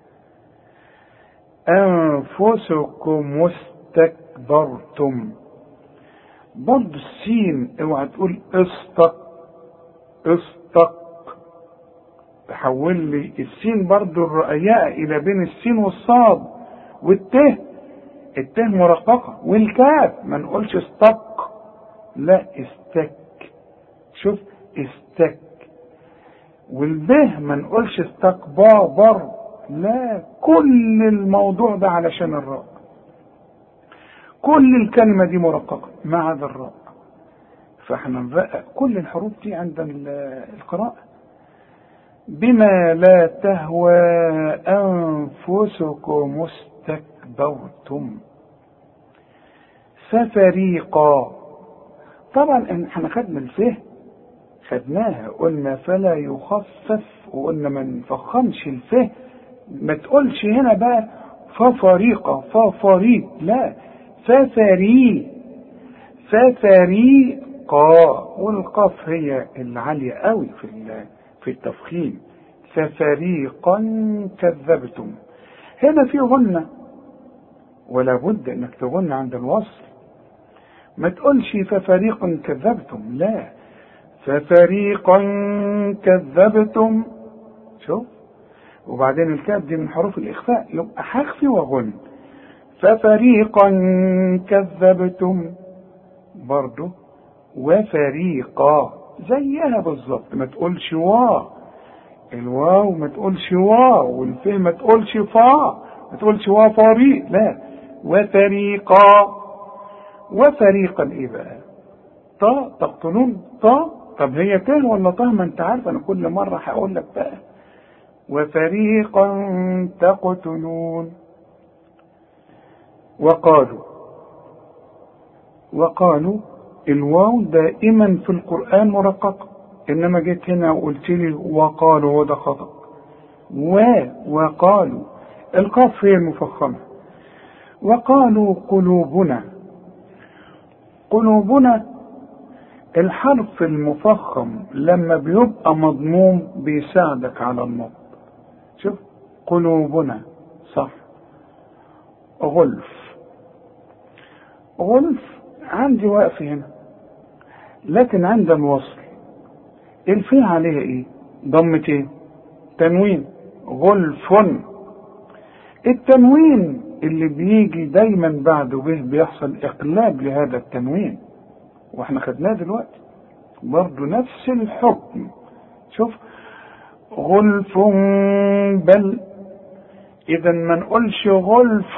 أنفسكم واستكبرتم، برضه السين اوعى تقول استق استق، تحول لي السين برضه الرقيقة إلى بين السين والصاد والته، الته مرققة، والكاف ما نقولش استق، لا استك. شوف، استك. والبه ما نقولش استكبر، لا، كل الموضوع ده علشان الراء، كل الكلمة دي مرققة ما عدا الراء، فاحنا نرقق كل الحروف دي عند القراءة. بما لا تهوى أنفسكم استكبرتم. ففريقا، طبعا احنا خدنا الفه، خدناها قلنا فلا يخفف، وقلنا ما نفخمش الفه، ما تقولش هنا بقى ففريقا ففريق، لا، ففري ففريقا، والقاف هي العالية قوي في في التفخيم. ففريقا كذبتم، هنا في غنة، ولا بد انك تغن عند الوصل، ما تقولش ففريقا كذبتم، لا، ففريقا كذبتم. شوف، وبعدين الكاف دي من حروف الإخفاء، يبقى هخفي وغن. ففريقا كذبتم برضو، وفريقا زيها بالظبط، ما تقولش وا، الواو ما تقولش وا، والفه ما تقولش فا، ما تقولش وا فريق، لا، وفريقا. وفريقا ايه بقى؟ طا تقتلون طا، طب هي ت ولا طه؟ ما انت عارف انا كل مرة هقول لك بقى. وفريقا تقتلون. وقالوا، وقالوا الواو دائما في القرآن مرققة، انما جيت هنا وقلت لي وقالوا، وده خطأ. و وقالوا القاف هي المفخمة. وقالوا قلوبنا، قلوبنا الحرف المفخم لما بيبقى مضموم بيساعدك على النطق. شوف، قلوبنا صح. غلف، غلف عندي واقف هنا، لكن عند الوصل الفي عليها ايه؟ ضمتين، تنوين، غلف. التنوين اللي بيجي دايما بعده به بيحصل اقلاب لهذا التنوين، واحنا خدناه دلوقتي برضو نفس الحكم. شوف، غلف بل، اذا ما نقولش غلف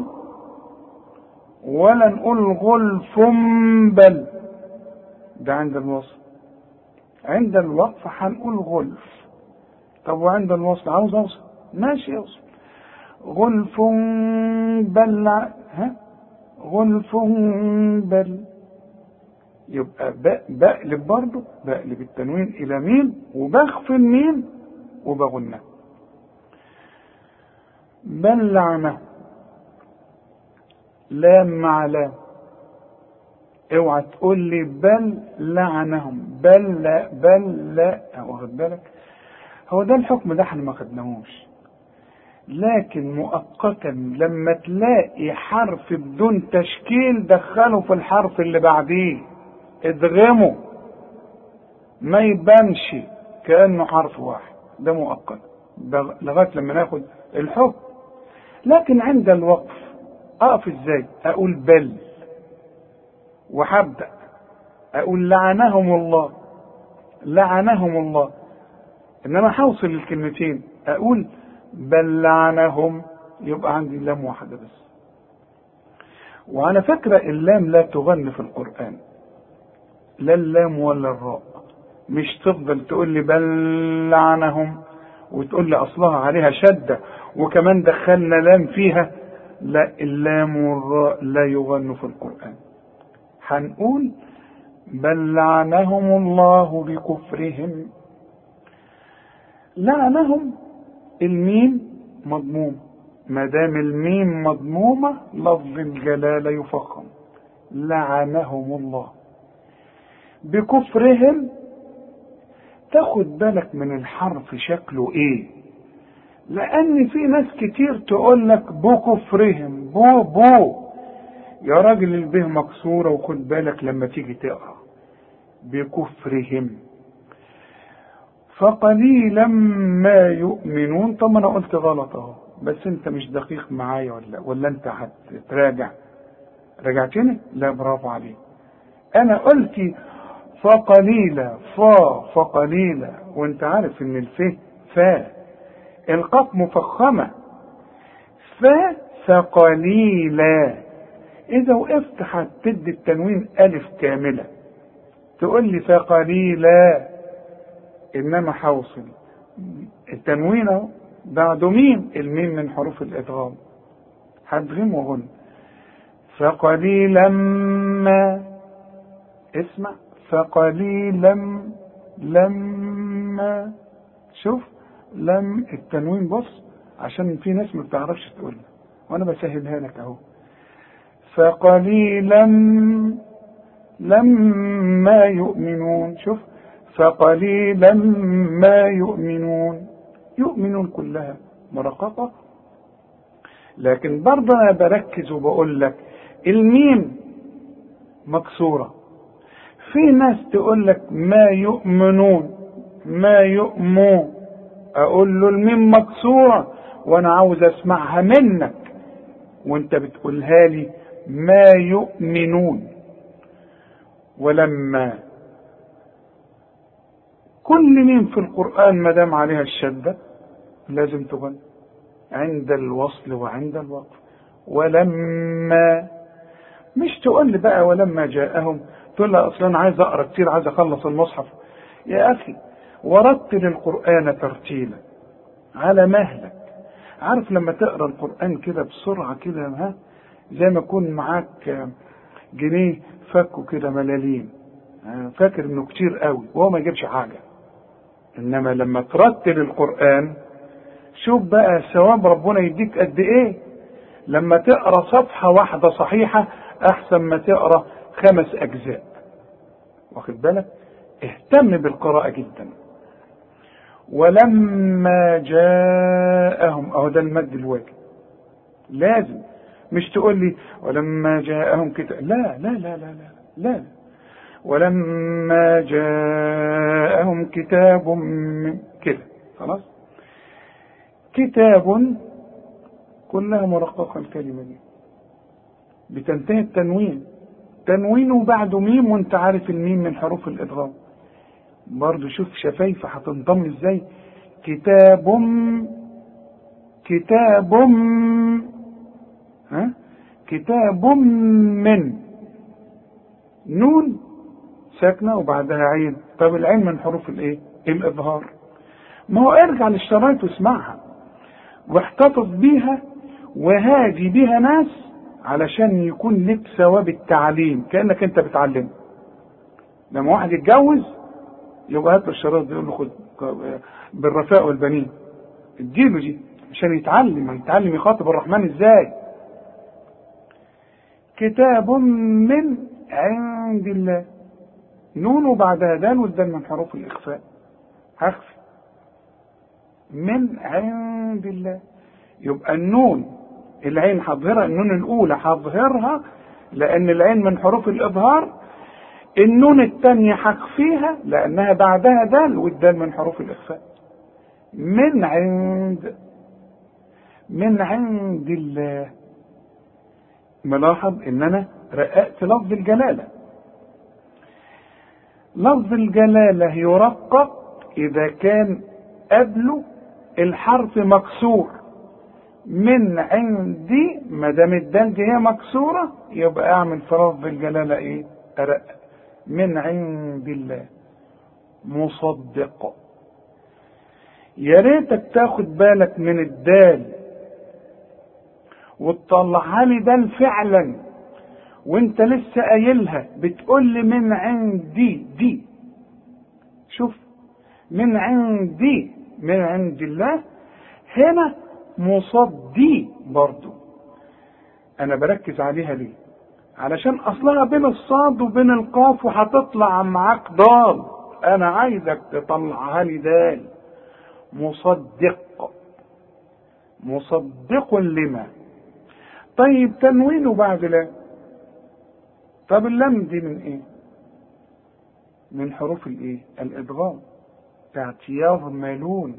ولا نقول غلف بل، ده عند الوصل. عند الوقف هنقول غلف. طب وعند الوصل عاوز اوصل، ماشي اوصل. غلف بل، ها، غلف بل، يبقى بقلب برضه، بقلب التنوين الى ميم وبخفي الميم وبغنة. بل لعنه، لام مع لام، اوعى تقول لي بل لعنهم، بل لا، بل لا، واخد بالك؟ هو ده الحكم ده احنا ما خدناهوش، لكن مؤقتا لما تلاقي حرف بدون تشكيل دخله في الحرف اللي بعديه، ادغمه ما يبانش كأنه حرف واحد، ده مؤقت لغاية لما ناخد الحكم. لكن عند الوقف اقف ازاي؟ اقول بل، وهبدأ اقول لعنهم الله، لعنهم الله، انما هوصل الكلمتين اقول بل لعنهم، يبقى عندي لام واحدة بس. وعلى فكرة اللام لا تغن في القرآن، لا اللام ولا الراء، مش تفضل تقول لي بل لعنهم وتقول لي اصلها عليها شدة وكمان دخلنا لام فيها، لا، اللام والراء لا يغن في القرآن. هنقول بل لعنهم الله بكفرهم. لعنهم الميم مضموم، ما دام الميم مضمومة لفظ الجلالة يفخم، لعنهم الله. بكفرهم تاخد بالك من الحرف شكله ايه، لان في ناس كتير تقول لك بكفرهم، بو بو، يا راجل البه مكسورة، وخد بالك لما تيجي تقرأ بكفرهم فقليلا ما يؤمنون. طب انا قلت غلط اهو، بس انت مش دقيق معايا ولا ولا انت هتراجع؟ رجعتني؟ لا، برافو عليك. انا قلت فقليلا، فا فقليلا، وانت عارف ان الف فا القاف مفخمة، فا فقليلا. اذا وقفت هتدي التنوين الف كاملة، تقول لي فقليلا، انما حوصل التنوين اهو بعده ميم، الميم من حروف الادغام، هدغم وغن. فقليلا ما، اسمع، فقليلا لما، شوف لم التنوين، بص عشان في ناس ما بتعرفش تقول وانا بسهلها لك اهو. فقليلا لما يؤمنون، شوف فقليلا ما يؤمنون، يؤمنون كلها مرققة. لكن برضه انا بركز وبقول لك الميم مكسورة. في ناس تقول لك ما يؤمنون، ما يؤمنون، اقول له الميم مكسورة وانا عاوز اسمعها منك وانت بتقولها لي ما يؤمنون. ولما كل ميم في القرآن ما دام عليها الشدة لازم تغن عند الوصل وعند الوقف. ولما، مش تقول لي بقى ولما جاءهم تقول لها اصلا عايز اقرا كتير، عايز اخلص المصحف. يا اخي ورتل القرآن ترتيلا على مهلك. عارف لما تقرا القرآن كده بسرعة كده، ها، زي ما يكون معاك جنيه فكه كده ملاليم، فاكر انه كتير قوي وهو ما يجيبش حاجة. انما لما ترتل القرآن شوف بقى ثواب ربنا يديك قد ايه. لما تقرا صفحة واحدة صحيحة احسن ما تقرا خمس اجزاء، واخد بالك؟ اهتم بالقراءة جدا. ولما جاءهم، اهو ده المد الواجب، لازم مش تقول لي ولما جاءهم كتاب، لا لا لا لا لا لا. ولما جاءهم كتاب من كده، خلاص. كتاب كلها مرققة، الكلمة دي بتنتهي التنوين، تنوينه بعده ميم، وانت عارف الميم من حروف الادغام. برضو شوف شفايفة هتنضم ازاي. كتاب، كتاب، ها، كتاب من، نون ساكنة وبعدها عين. طب العين من حروف الايه؟ الاظهار. ما هو ارجع للشرايط واسمعها واحتفظ بيها وهاجي بيها ناس علشان يكون لك ثواب التعليم، كأنك انت بتعلم. لما واحد يتجوز يبقى هات الشرايط دي، يقول له خد بالرفاء والبنين، اديله دي عشان يتعلم يتعلم يخاطب الرحمن ازاي. كتاب من عند الله، نون وبعدها دال، والدال من حروف الإخفاء، هخفي من عند الله. يبقى النون العين هظهرها، النون الأولى هظهرها لأن العين من حروف الإظهار، النون الثانية هخفيها لأنها بعدها دال، والدال من حروف الإخفاء. من عند من عند الله. ملاحظ ان انا رققت لفظ الجلالة. لفظ الجلالة يرقق اذا كان قبله الحرف مكسور. من عندي، ما دام الدال دي هي مكسورة يبقى اعمل في لفظ الجلالة ايه؟ ارقق. من عند الله. مصدق. يا ريتك تاخد بالك من الدال وتطلعها لي دال فعلا وانت لسه قايلها، بتقول لي من عندي دي. شوف، من عندي من عند الله. هنا مصدي برضو، انا بركز عليها ليه؟ علشان اصلها بين الصاد وبين القاف وهتطلع معاك ضال، انا عايزك تطلعها لي دال. مصدق. مصدق لما. طيب تنوينه بعد لا. طب اللام دي من ايه؟ من حروف الايه؟ الادغام بتاعت يرملون.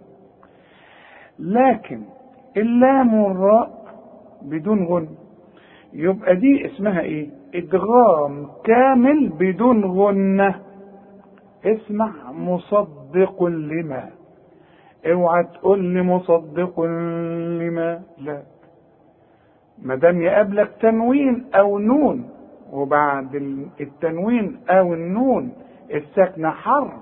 لكن اللام والراء بدون غن، يبقى دي اسمها ايه؟ ادغام كامل بدون غنة. اسمع، مصدق لما. اوعى تقول لي مصدق لما، لا. ما دام يقابلك تنوين او نون وبعد التنوين او النون الساكنه حرف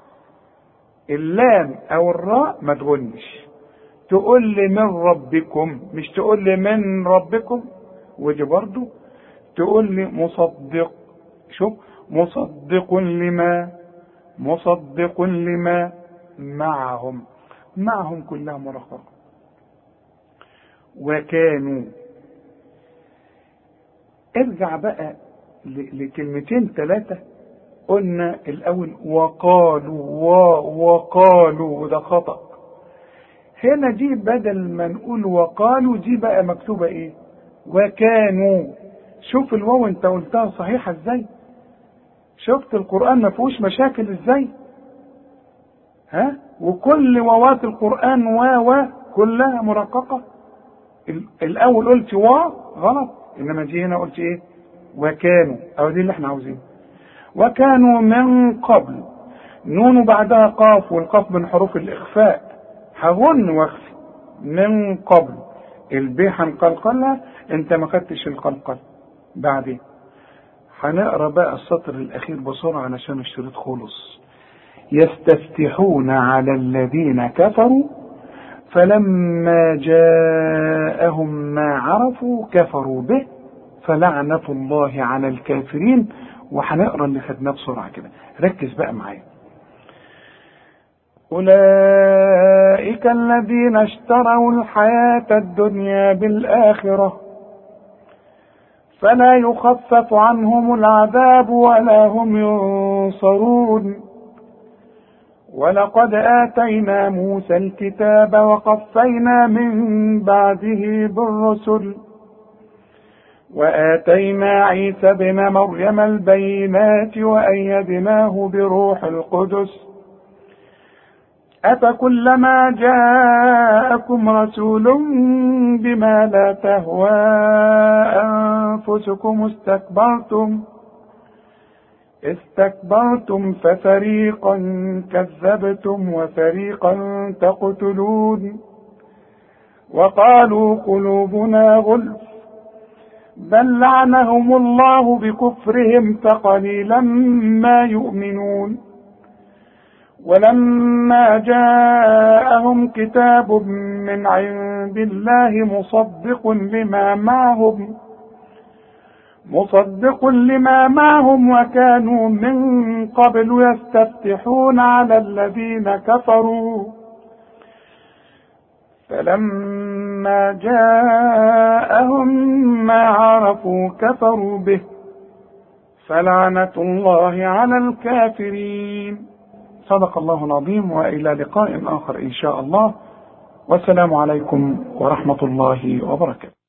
اللام او الراء ما تغنش. تقول لي من ربكم، مش تقول لي من ربكم. ودي برضو تقول لي مصدق. شوف، مصدق لما. مصدق لما معهم. معهم كلها مرققه. وكانوا. ارجع بقى لكلمتين ثلاثة قلنا الأول وقالوا وقالوا، وده خطأ. هنا دي بدل ما نقول وقالوا دي بقى مكتوبة ايه؟ وكانوا. شوف الواو انت قلتها صحيحة ازاي؟ شفت القرآن ما فيهوش مشاكل ازاي؟ ها؟ وكل واوات القرآن واو كلها مرققة. الأول قلت وا غلط، انما دي هنا قلت ايه؟ وكانوا، او دي اللي احنا عاوزينه. وكانوا من قبل، نون بعدها قاف، والقاف من حروف الاخفاء، هغن واخفي. من قبل البي هنقلقلها، انت ما خدتش القلقل. بعدين هنقرا بقى السطر الاخير بسرعه علشان الشريط خلص. يستفتحون على الذين كفروا فلما جاءهم ما عرفوا كفروا به فلعنة الله على الكافرين. وهنقرا اللي خدناه بسرعه كده، ركز بقى معايا. أولئك الذين اشتروا الحياة الدنيا بالآخرة فلا يخفف عنهم العذاب ولا هم ينصرون. ولقد آتينا موسى الكتاب وقفينا من بعده بالرسل وآتينا عيسى ابن مريم البينات وأيدناه بروح القدس أفكلما جاءكم رسول بما لا تهوى أنفسكم استكبرتم استكبرتم ففريقا كذبتم وفريقا تقتلون وقالوا قلوبنا غلف بل لعنهم الله بكفرهم فقليلا ما يؤمنون. ولما جاءهم كتاب من عند الله مصدق لما معهم مصدق لما معهم وكانوا من قبل يستفتحون على الذين كفروا فلما جاءهم ما عرفوا كفروا به فلعنة الله على الكافرين. صدق الله العظيم، وإلى لقاء آخر إن شاء الله، والسلام عليكم ورحمة الله وبركاته.